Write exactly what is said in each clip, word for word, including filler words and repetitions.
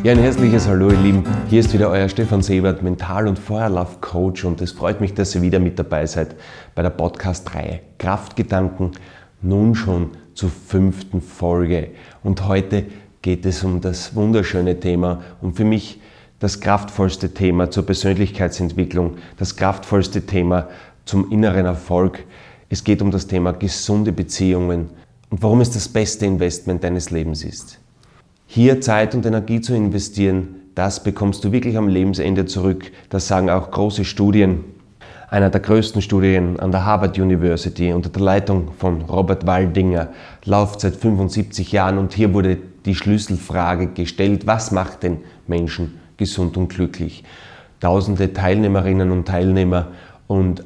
Ja, ein herzliches Hallo ihr Lieben, hier ist wieder euer Stefan Sebert, Mental- und Feuerlauf-Coach und es freut mich, dass ihr wieder mit dabei seid bei der Podcast-Reihe Kraftgedanken, nun schon zur fünften Folge. Und heute geht es um das wunderschöne Thema und für mich das kraftvollste Thema zur Persönlichkeitsentwicklung, das kraftvollste Thema zum inneren Erfolg. Es geht um das Thema gesunde Beziehungen und warum es das beste Investment deines Lebens ist. Hier Zeit und Energie zu investieren, das bekommst du wirklich am Lebensende zurück. Das sagen auch große Studien. Einer der größten Studien an der Harvard University unter der Leitung von Robert Waldinger läuft seit fünfundsiebzig Jahren und hier wurde die Schlüsselfrage gestellt, was macht den Menschen gesund und glücklich? Tausende Teilnehmerinnen und Teilnehmer und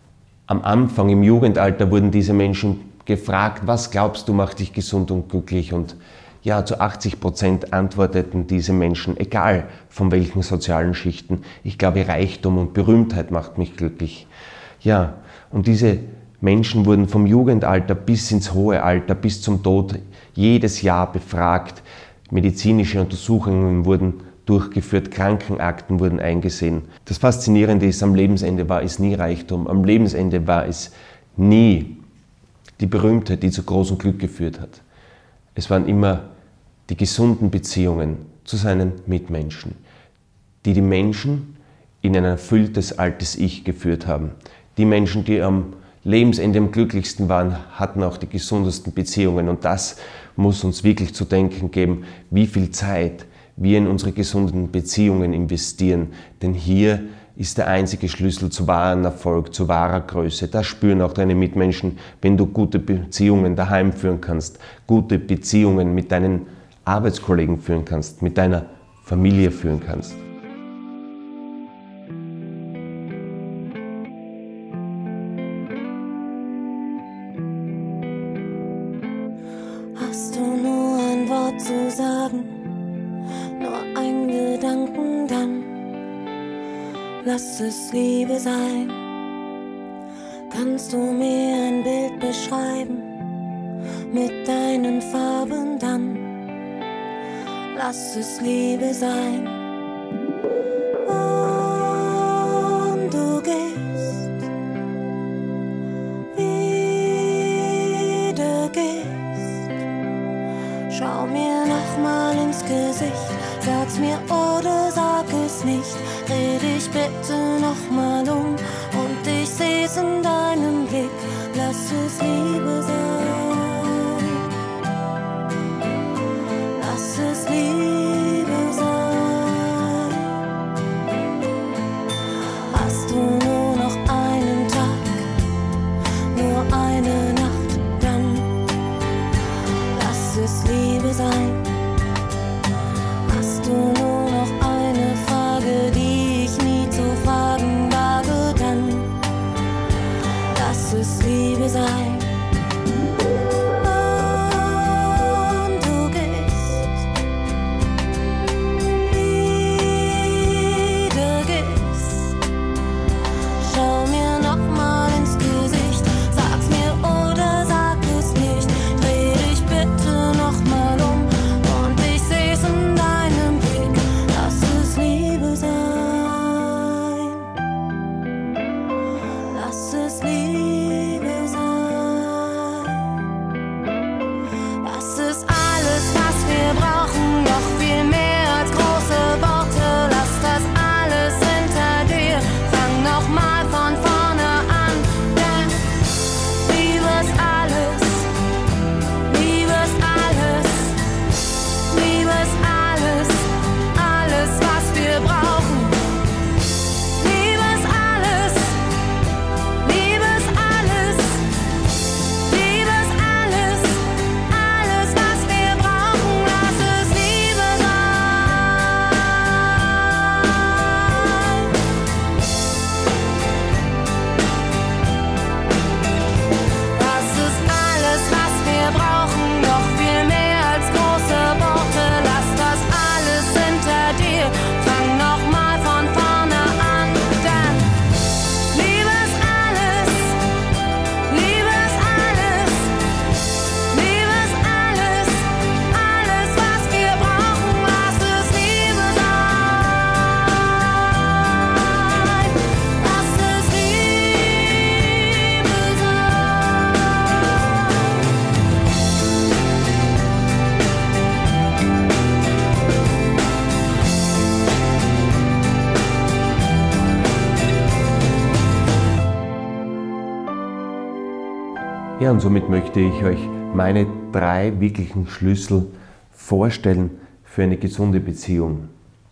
am Anfang im Jugendalter wurden diese Menschen gefragt, was glaubst du macht dich gesund und glücklich? Und ja, zu achtzig Prozent antworteten diese Menschen, egal von welchen sozialen Schichten, ich glaube Reichtum und Berühmtheit macht mich glücklich. Ja, und diese Menschen wurden vom Jugendalter bis ins hohe Alter, bis zum Tod jedes Jahr befragt. Medizinische Untersuchungen wurden durchgeführt, Krankenakten wurden eingesehen. Das Faszinierende ist, am Lebensende war es nie Reichtum, am Lebensende war es nie die Berühmtheit, die zu großem Glück geführt hat. Es waren immer die gesunden Beziehungen zu seinen Mitmenschen, die die Menschen in ein erfülltes altes Ich geführt haben. Die Menschen, die am Lebensende am glücklichsten waren, hatten auch die gesundesten Beziehungen. Und das muss uns wirklich zu denken geben, wie viel Zeit wir in unsere gesunden Beziehungen investieren. Denn hier ist der einzige Schlüssel zu wahren Erfolg, zu wahrer Größe. Das spüren auch deine Mitmenschen, wenn du gute Beziehungen daheim führen kannst, gute Beziehungen mit deinen Arbeitskollegen führen kannst, mit deiner Familie führen kannst. Hast du nur ein Wort zu sagen, nur ein Gedanken, dann lass es Liebe sein. Kannst du mir ein Bild beschreiben mit deinen Farben, dann lass es Liebe sein. Und du gehst, wieder gehst. Schau mir nochmal ins Gesicht, sag's mir oder sag es nicht. Dreh dich bitte nochmal um und ich seh's in deinem Blick. Lass es Liebe sein. Lass es Liebe sein. Hast du nur noch einen Tag, nur eine Nacht, dann lass es Liebe sein. Hast du nur noch eine Frage, die ich nie zu fragen wage, dann lass es Liebe sein. Und du gehst, wieder gehst. Schau mir nochmal ins Gesicht, sag's mir oder sag es nicht. Dreh dich bitte nochmal um und ich seh's in deinem Blick. Lass es Liebe sein. Lass es Liebe sein. Ja, und somit möchte ich euch meine drei wirklichen Schlüssel vorstellen für eine gesunde Beziehung.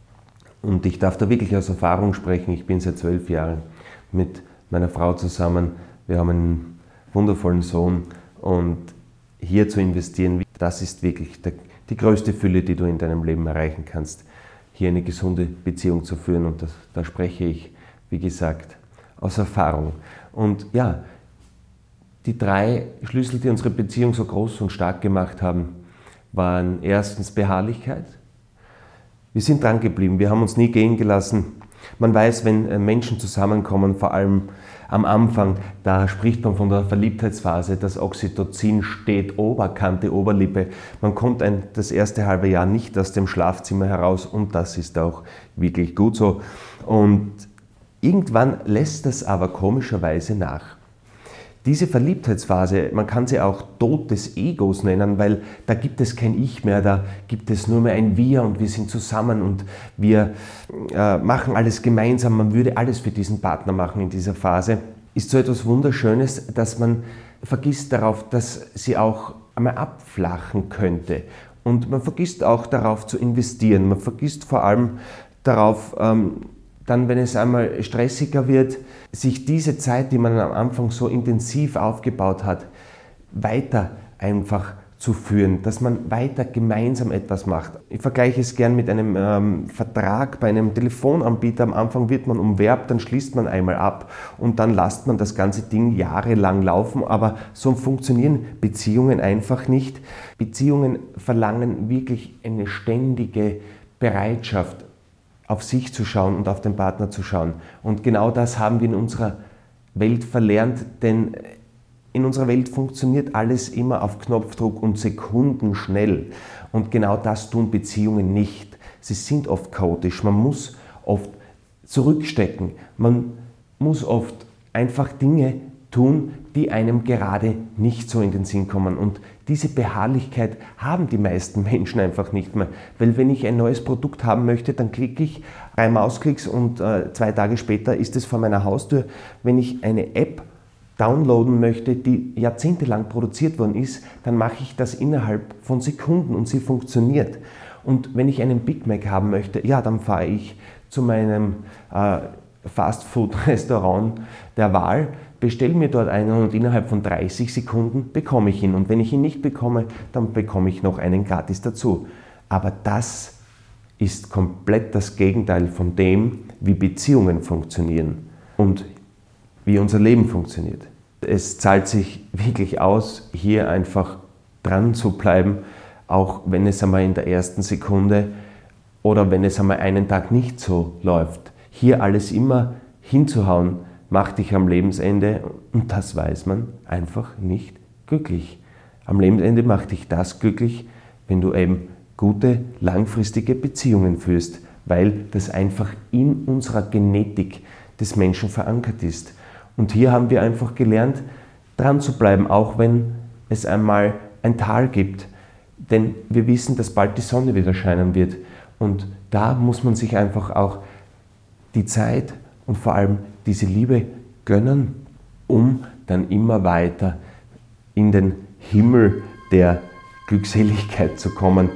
Und ich darf da wirklich aus Erfahrung sprechen. Ich bin seit zwölf Jahren mit meiner Frau zusammen. Wir haben einen wundervollen Sohn und hier zu investieren, das ist wirklich der, die größte Fülle, die du in deinem Leben erreichen kannst, hier eine gesunde Beziehung zu führen. Und das, da spreche ich, wie gesagt, aus Erfahrung. Und ja, die drei Schlüssel, die unsere Beziehung so groß und stark gemacht haben, waren erstens Beharrlichkeit. Wir sind dran geblieben, wir haben uns nie gehen gelassen. Man weiß, wenn Menschen zusammenkommen, vor allem am Anfang, da spricht man von der Verliebtheitsphase, das Oxytocin steht Oberkante, Oberlippe. Man kommt ein, das erste halbe Jahr nicht aus dem Schlafzimmer heraus und das ist auch wirklich gut so. Und irgendwann lässt das aber komischerweise nach. Diese Verliebtheitsphase, man kann sie auch Tod des Egos nennen, weil da gibt es kein Ich mehr, da gibt es nur mehr ein Wir und wir sind zusammen und wir äh, machen alles gemeinsam, man würde alles für diesen Partner machen in dieser Phase, ist so etwas Wunderschönes, dass man vergisst darauf, dass sie auch einmal abflachen könnte. Und man vergisst auch darauf zu investieren, man vergisst vor allem darauf, ähm, dann, wenn es einmal stressiger wird, sich diese Zeit, die man am Anfang so intensiv aufgebaut hat, weiter einfach zu führen, dass man weiter gemeinsam etwas macht. Ich vergleiche es gern mit einem ähm, Vertrag bei einem Telefonanbieter. Am Anfang wird man umwerbt, dann schließt man einmal ab und dann lässt man das ganze Ding jahrelang laufen, aber so funktionieren Beziehungen einfach nicht. Beziehungen verlangen wirklich eine ständige Bereitschaft, auf sich zu schauen und auf den Partner zu schauen. Und genau das haben wir in unserer Welt verlernt, denn in unserer Welt funktioniert alles immer auf Knopfdruck und sekundenschnell. Und genau das tun Beziehungen nicht. Sie sind oft chaotisch, man muss oft zurückstecken, man muss oft einfach Dinge tun, die einem gerade nicht so in den Sinn kommen. Und diese Beharrlichkeit haben die meisten Menschen einfach nicht mehr. Weil wenn ich ein neues Produkt haben möchte, dann klicke ich drei Mausklicks und äh, zwei Tage später ist es vor meiner Haustür. Wenn ich eine App downloaden möchte, die jahrzehntelang produziert worden ist, dann mache ich das innerhalb von Sekunden und sie funktioniert. Und wenn ich einen Big Mac haben möchte, ja, dann fahre ich zu meinem äh, Fastfood-Restaurant der Wahl, bestelle mir dort einen und innerhalb von dreißig Sekunden bekomme ich ihn. Und wenn ich ihn nicht bekomme, dann bekomme ich noch einen gratis dazu. Aber das ist komplett das Gegenteil von dem, wie Beziehungen funktionieren und wie unser Leben funktioniert. Es zahlt sich wirklich aus, hier einfach dran zu bleiben, auch wenn es einmal in der ersten Sekunde oder wenn es einmal einen Tag nicht so läuft. Hier alles immer hinzuhauen, macht dich am Lebensende, und das weiß man, einfach nicht glücklich. Am Lebensende macht dich das glücklich, wenn du eben gute, langfristige Beziehungen führst, weil das einfach in unserer Genetik des Menschen verankert ist. Und hier haben wir einfach gelernt, dran zu bleiben, auch wenn es einmal ein Tal gibt. Denn wir wissen, dass bald die Sonne wieder scheinen wird. Und da muss man sich einfach auch die Zeit und vor allem diese Liebe gönnen, um dann immer weiter in den Himmel der Glückseligkeit zu kommen.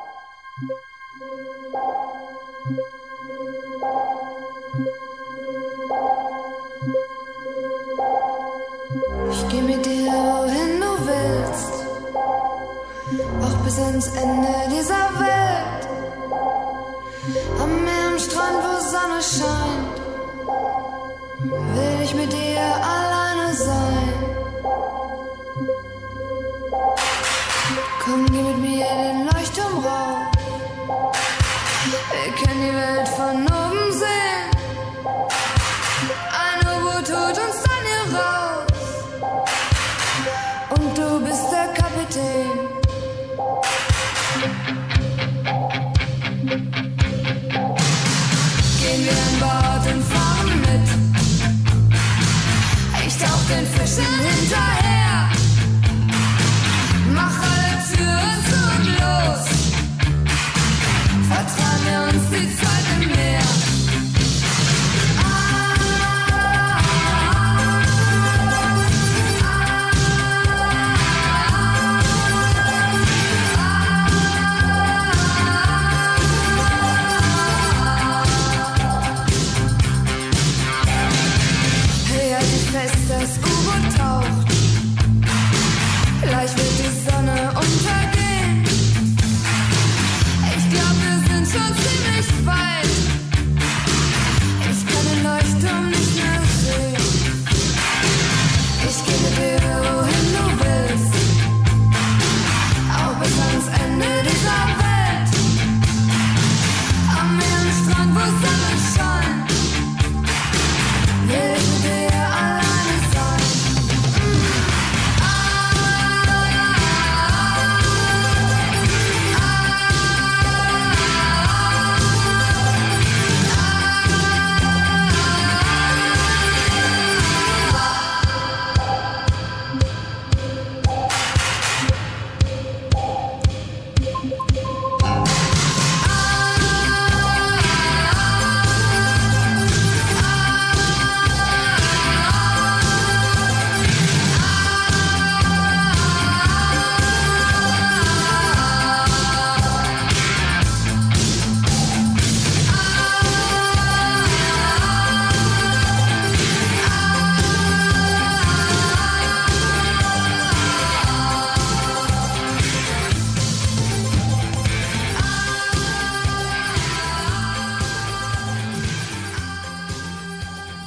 Ich geh mit dir, wohin du willst, auch bis ans Ende dieser Welt. Am Meer, am Strand, wo Sonne scheint, will ich mit dir alleine sein. Komm, geh mit mir den Leuchtturm rauf, wir können die Welt von oben sehen. Ein U-Boot holt uns dann hier raus und du bist der Kapitän. Gehen wir an Bord und fahren mit, ich tauch den Fischen hinterher, mach alle Türen zu und los, vertrauen wir uns die Zeit im Meer. Ah, ah, ah,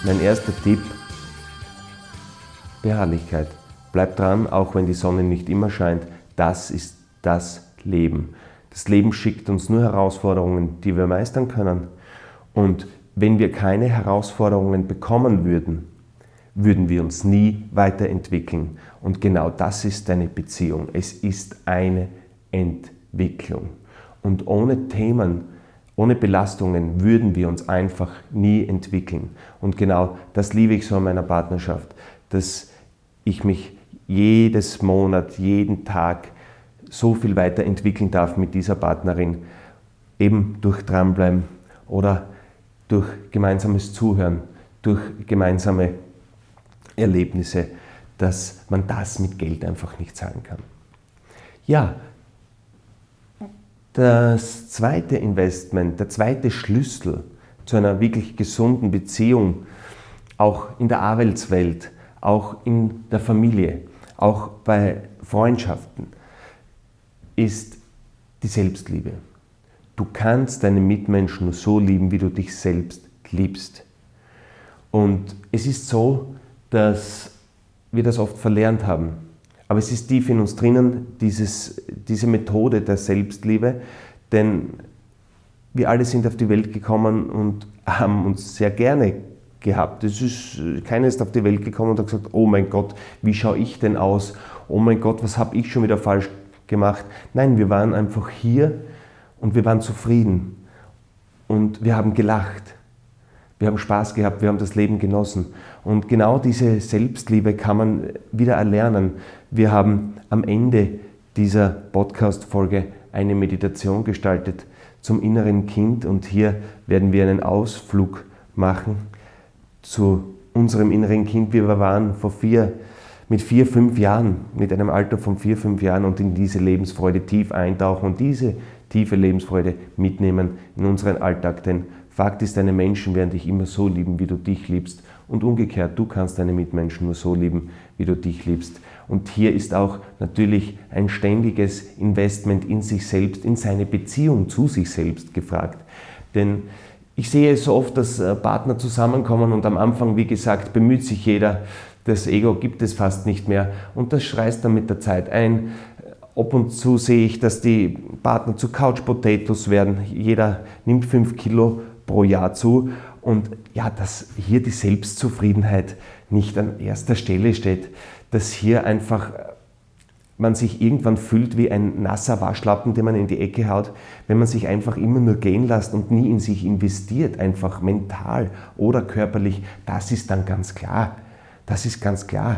mein erster Tipp: Beharrlichkeit. Bleib dran, auch wenn die Sonne nicht immer scheint. Das ist das Leben. Das Leben schickt uns nur Herausforderungen, die wir meistern können. Und wenn wir keine Herausforderungen bekommen würden, würden wir uns nie weiterentwickeln. Und genau das ist eine Beziehung. Es ist eine Entwicklung. Und ohne Themen, ohne Belastungen würden wir uns einfach nie entwickeln. Und genau das liebe ich so an meiner Partnerschaft, dass ich mich jedes Monat, jeden Tag so viel weiterentwickeln darf mit dieser Partnerin, eben durch Dranbleiben oder durch gemeinsames Zuhören, durch gemeinsame Erlebnisse, dass man das mit Geld einfach nicht zahlen kann. Ja, das zweite Investment, der zweite Schlüssel zu einer wirklich gesunden Beziehung, auch in der Arbeitswelt, auch in der Familie, auch bei Freundschaften, ist die Selbstliebe. Du kannst deine Mitmenschen nur so lieben, wie du dich selbst liebst. Und es ist so, dass wir das oft verlernt haben. Aber es ist tief in uns drinnen, dieses, diese Methode der Selbstliebe, denn wir alle sind auf die Welt gekommen und haben uns sehr gerne gehabt. Es ist, keiner ist auf die Welt gekommen und hat gesagt, oh mein Gott, wie schaue ich denn aus? Oh mein Gott, was habe ich schon wieder falsch gemacht? Nein, wir waren einfach hier und wir waren zufrieden und wir haben gelacht. Wir haben Spaß gehabt, wir haben das Leben genossen. Und genau diese Selbstliebe kann man wieder erlernen. Wir haben am Ende dieser Podcast-Folge eine Meditation gestaltet zum inneren Kind und hier werden wir einen Ausflug machen zu unserem inneren Kind, wie wir waren vor vier, mit vier, fünf Jahren, mit einem Alter von vier, fünf Jahren und in diese Lebensfreude tief eintauchen und diese tiefe Lebensfreude mitnehmen in unseren Alltag. Denn Fakt ist, deine Menschen werden dich immer so lieben, wie du dich liebst und umgekehrt, du kannst deine Mitmenschen nur so lieben, wie du dich liebst. Und hier ist auch natürlich ein ständiges Investment in sich selbst, in seine Beziehung zu sich selbst gefragt. Denn ich sehe es so oft, dass Partner zusammenkommen und am Anfang, wie gesagt, bemüht sich jeder, das Ego gibt es fast nicht mehr und das schreißt dann mit der Zeit ein. Ab und zu sehe ich, dass die Partner zu Couch Potatoes werden. Jeder nimmt fünf Kilo pro Jahr zu und ja, dass hier die Selbstzufriedenheit nicht an erster Stelle steht, dass hier einfach man sich irgendwann fühlt wie ein nasser Waschlappen, den man in die Ecke haut, wenn man sich einfach immer nur gehen lässt und nie in sich investiert, einfach mental oder körperlich, das ist dann ganz klar. Das ist ganz klar.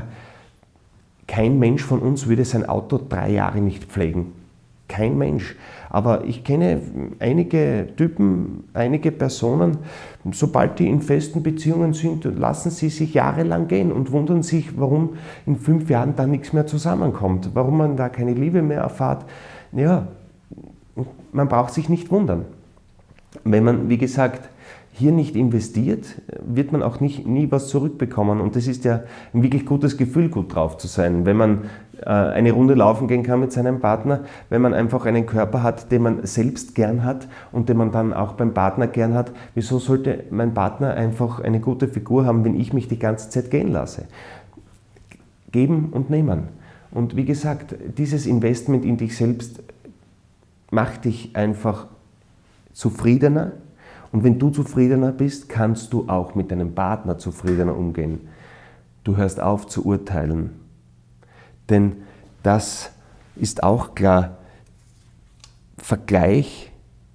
Kein Mensch von uns würde sein Auto drei Jahre nicht pflegen. Kein Mensch. Aber ich kenne einige Typen, einige Personen, sobald die in festen Beziehungen sind, lassen sie sich jahrelang gehen und wundern sich, warum in fünf Jahren da nichts mehr zusammenkommt, warum man da keine Liebe mehr erfährt. Ja, man braucht sich nicht wundern. Wenn man, wie gesagt, hier nicht investiert, wird man auch nicht, nie was zurückbekommen. Und das ist ja ein wirklich gutes Gefühl, gut drauf zu sein. Wenn man äh, eine Runde laufen gehen kann mit seinem Partner, wenn man einfach einen Körper hat, den man selbst gern hat und den man dann auch beim Partner gern hat, wieso sollte mein Partner einfach eine gute Figur haben, wenn ich mich die ganze Zeit gehen lasse? Geben und nehmen. Und wie gesagt, dieses Investment in dich selbst macht dich einfach zufriedener. Und wenn du zufriedener bist, kannst du auch mit deinem Partner zufriedener umgehen. Du hörst auf zu urteilen. Denn das ist auch klar. Vergleich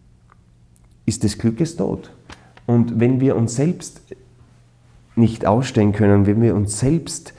ist des Glückes Tod. Und wenn wir uns selbst nicht ausstehen können, wenn wir uns selbst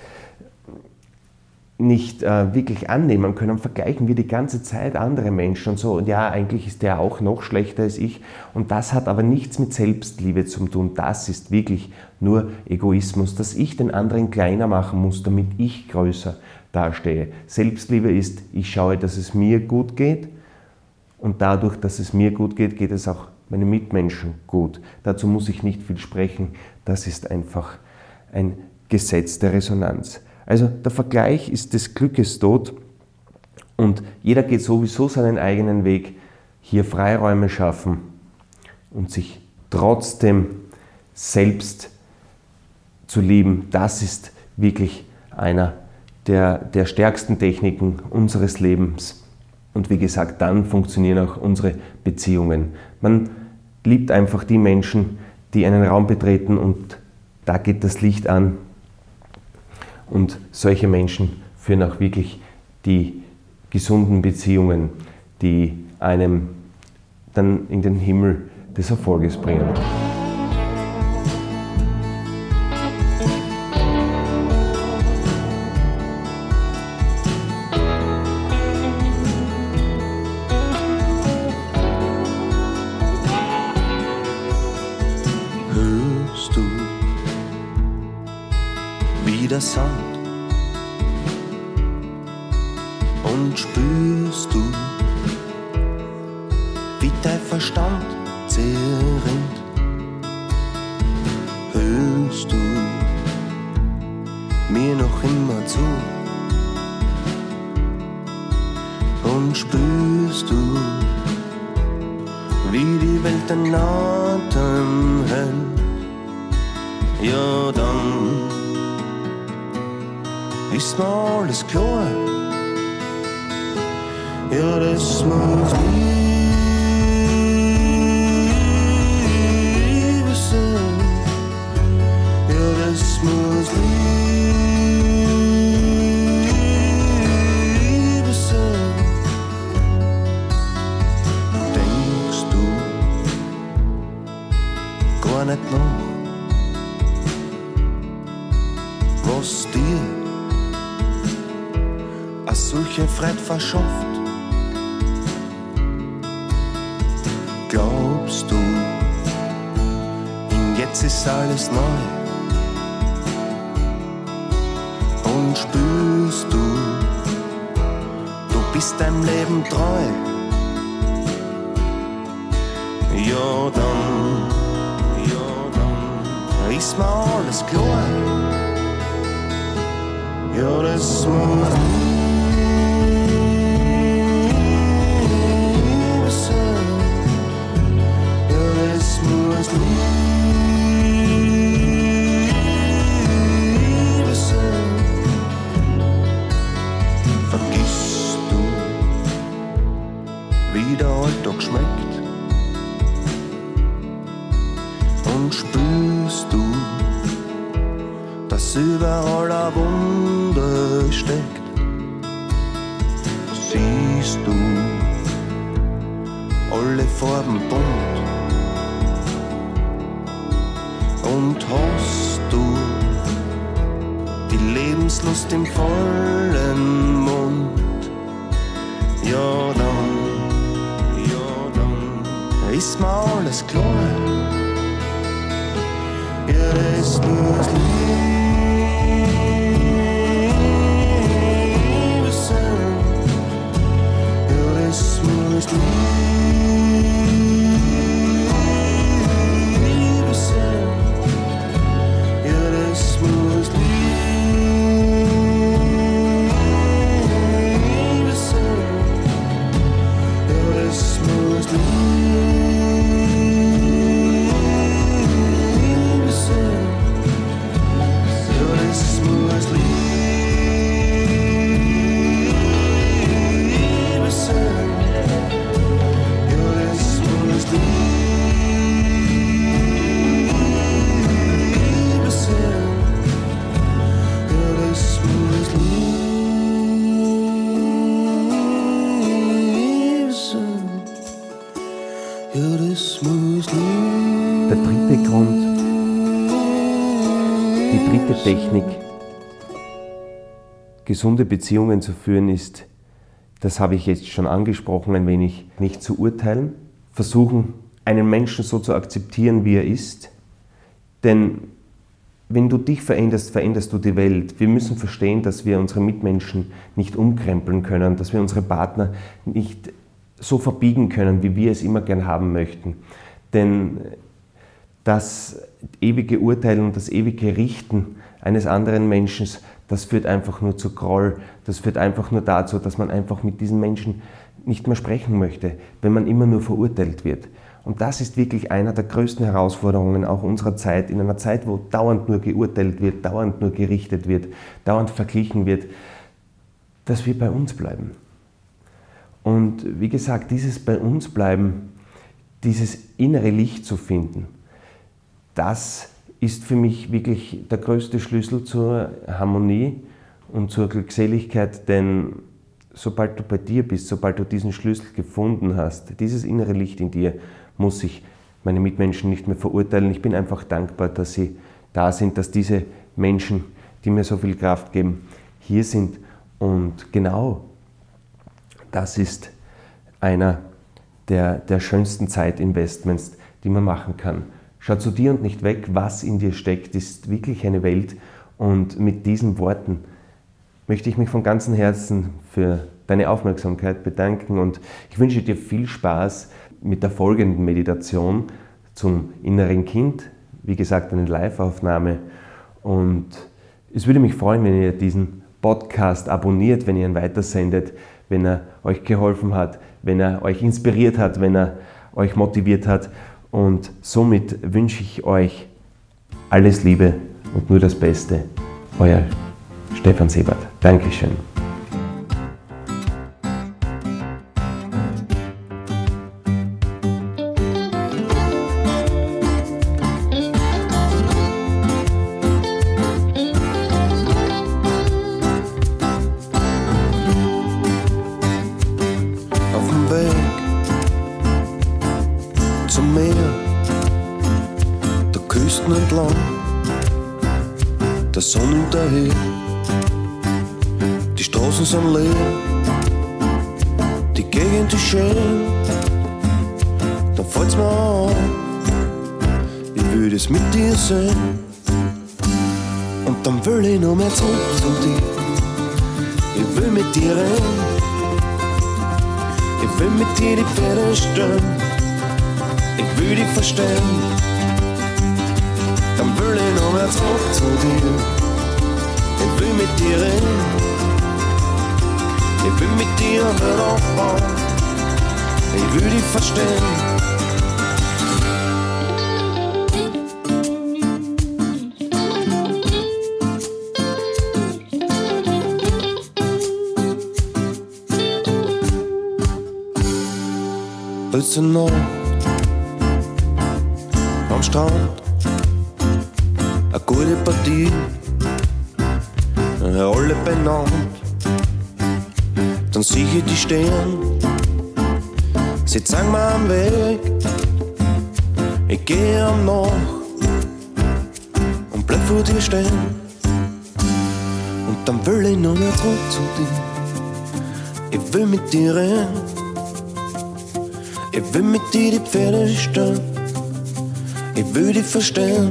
nicht äh, wirklich annehmen können, vergleichen wir die ganze Zeit andere Menschen und so. Und ja, eigentlich ist der auch noch schlechter als ich. Und das hat aber nichts mit Selbstliebe zu tun. Das ist wirklich nur Egoismus, dass ich den anderen kleiner machen muss, damit ich größer dastehe. Selbstliebe ist, ich schaue, dass es mir gut geht und dadurch, dass es mir gut geht, geht es auch meinen Mitmenschen gut. Dazu muss ich nicht viel sprechen. Das ist einfach ein Gesetz der Resonanz. Also der Vergleich ist des Glückes Tod und jeder geht sowieso seinen eigenen Weg. Hier Freiräume schaffen und sich trotzdem selbst zu lieben, das ist wirklich einer der, der stärksten Techniken unseres Lebens. Und wie gesagt, dann funktionieren auch unsere Beziehungen. Man liebt einfach die Menschen, die einen Raum betreten und da geht das Licht an. Und solche Menschen führen auch wirklich die gesunden Beziehungen, die einem dann in den Himmel des Erfolges bringen. Hörst du, wie der Sand, und spürst du, wie dein Verstand zerrinnt? Hörst du mir noch immer zu und spürst du, wie die Welt den Atem hält? Ja, dann ist mir alles klar. Ja, das muss Liebe sein. Ja, das muss Liebe sein. Denkst du gar nicht nach, was dir a solche Freude verschafft? Glaubst du, in jetzt ist alles neu? Und spürst du, du bist deinem Leben treu? Ja dann, ja dann ist mir alles klar. Ja, das muss Liebe sein. Ja, das muss Liebe sein. Vergisst du, wie der Alltag schmeckt? Und spürst du, dass überall ein Wunder steckt? Siehst du alle Farben bunt? Und hast du die Lebenslust im vollen Mund? Ja dann, ja dann ist mir alles klar. Ja, das muss Liebe sein. Ja, das muss Liebe sein. Ja, das muss Liebe sein. Ja, das muss Liebe sein. Ja, das muss Liebe sein. Ja, das muss Liebe sein. Ja, das muss Liebe sein. Ja, das muss Liebe. Der dritte Grund, die dritte Technik, gesunde Beziehungen zu führen, ist, das habe ich jetzt schon angesprochen, ein wenig nicht zu urteilen. Versuchen, einen Menschen so zu akzeptieren, wie er ist. Denn wenn du dich veränderst, veränderst du die Welt. Wir müssen verstehen, dass wir unsere Mitmenschen nicht umkrempeln können, dass wir unsere Partner nicht so verbiegen können, wie wir es immer gern haben möchten. Denn das ewige Urteilen und das ewige Richten eines anderen Menschen, das führt einfach nur zu Groll, das führt einfach nur dazu, dass man einfach mit diesen Menschen nicht mehr sprechen möchte, wenn man immer nur verurteilt wird. Und das ist wirklich einer der größten Herausforderungen auch unserer Zeit, in einer Zeit, wo dauernd nur geurteilt wird, dauernd nur gerichtet wird, dauernd verglichen wird, dass wir bei uns bleiben. Und wie gesagt, dieses bei uns bleiben, dieses innere Licht zu finden, das ist für mich wirklich der größte Schlüssel zur Harmonie und zur Glückseligkeit, denn sobald du bei dir bist, sobald du diesen Schlüssel gefunden hast, dieses innere Licht in dir, muss ich meine Mitmenschen nicht mehr verurteilen. Ich bin einfach dankbar, dass sie da sind, dass diese Menschen, die mir so viel Kraft geben, hier sind. Und genau das ist einer der, der schönsten Zeitinvestments, die man machen kann. Schau zu dir und nicht weg, was in dir steckt, ist wirklich eine Welt. Und mit diesen Worten möchte ich mich von ganzem Herzen für deine Aufmerksamkeit bedanken und ich wünsche dir viel Spaß mit der folgenden Meditation zum inneren Kind. Wie gesagt, eine Live-Aufnahme. Und es würde mich freuen, wenn ihr diesen Podcast abonniert, wenn ihr ihn weitersendet, wenn er euch geholfen hat, wenn er euch inspiriert hat, wenn er euch motiviert hat. Und somit wünsche ich euch alles Liebe und nur das Beste. Euer Stefan Sebert. Dankeschön. Auf dem Weg zum Meer, der Küsten entlang, der Sonnenuntergang. Die Straßen sind leer, die Gegend ist schön. Dann fällt's mir auf, ich will das mit dir sehen. Und dann will ich noch mehr zurück zu dir. Ich will mit dir rein, ich will mit dir die Pferde stellen, ich will dich verstehen. Dann will ich noch mehr zurück zu dir. Ich will mit dir rein, ich will mit dir wieder aufbauen, ich will dich verstehen. Letzte Nacht am Strand, eine gute Partie, alle benannt. Dann sieh ich die stehen, sie zeigen mir am Weg. Ich gehe am Nach und bleib vor dir stehen. Und dann will ich noch mehr zurück zu dir. Ich will mit dir rennen, ich will mit dir die Pferde stellen, ich will dich verstehen.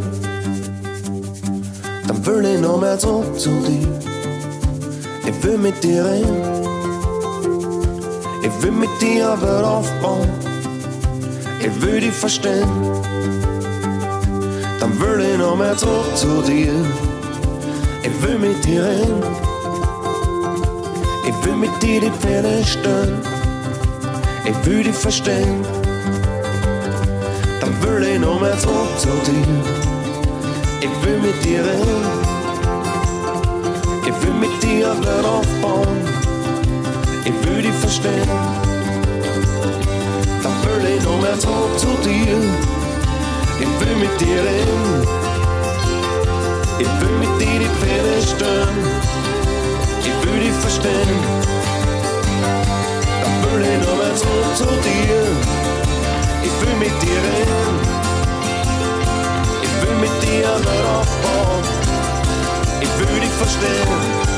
Dann will ich noch mehr zurück zu dir. Ich will mit dir rennen, ich will mit dir wieder aufbauen, ich will dich verstehen. Dann will ich noch mehr zurück zu dir. Ich will mit dir rennen, ich will mit dir die Pferde stellen, ich will dich verstehen. Dann will ich noch mehr zurück zu dir. Ich will mit dir rennen, ich will mit dir wieder aufbauen, ich will dich verstehen. Dann will ich noch mehr zurück zu dir. Ich will mit dir reden, ich will mit dir die Pferde stellen, ich will dich verstehen. Dann will ich noch mehr zurück zu dir. Ich will mit dir reden, ich will mit dir wieder aufbauen, ich will dich verstehen.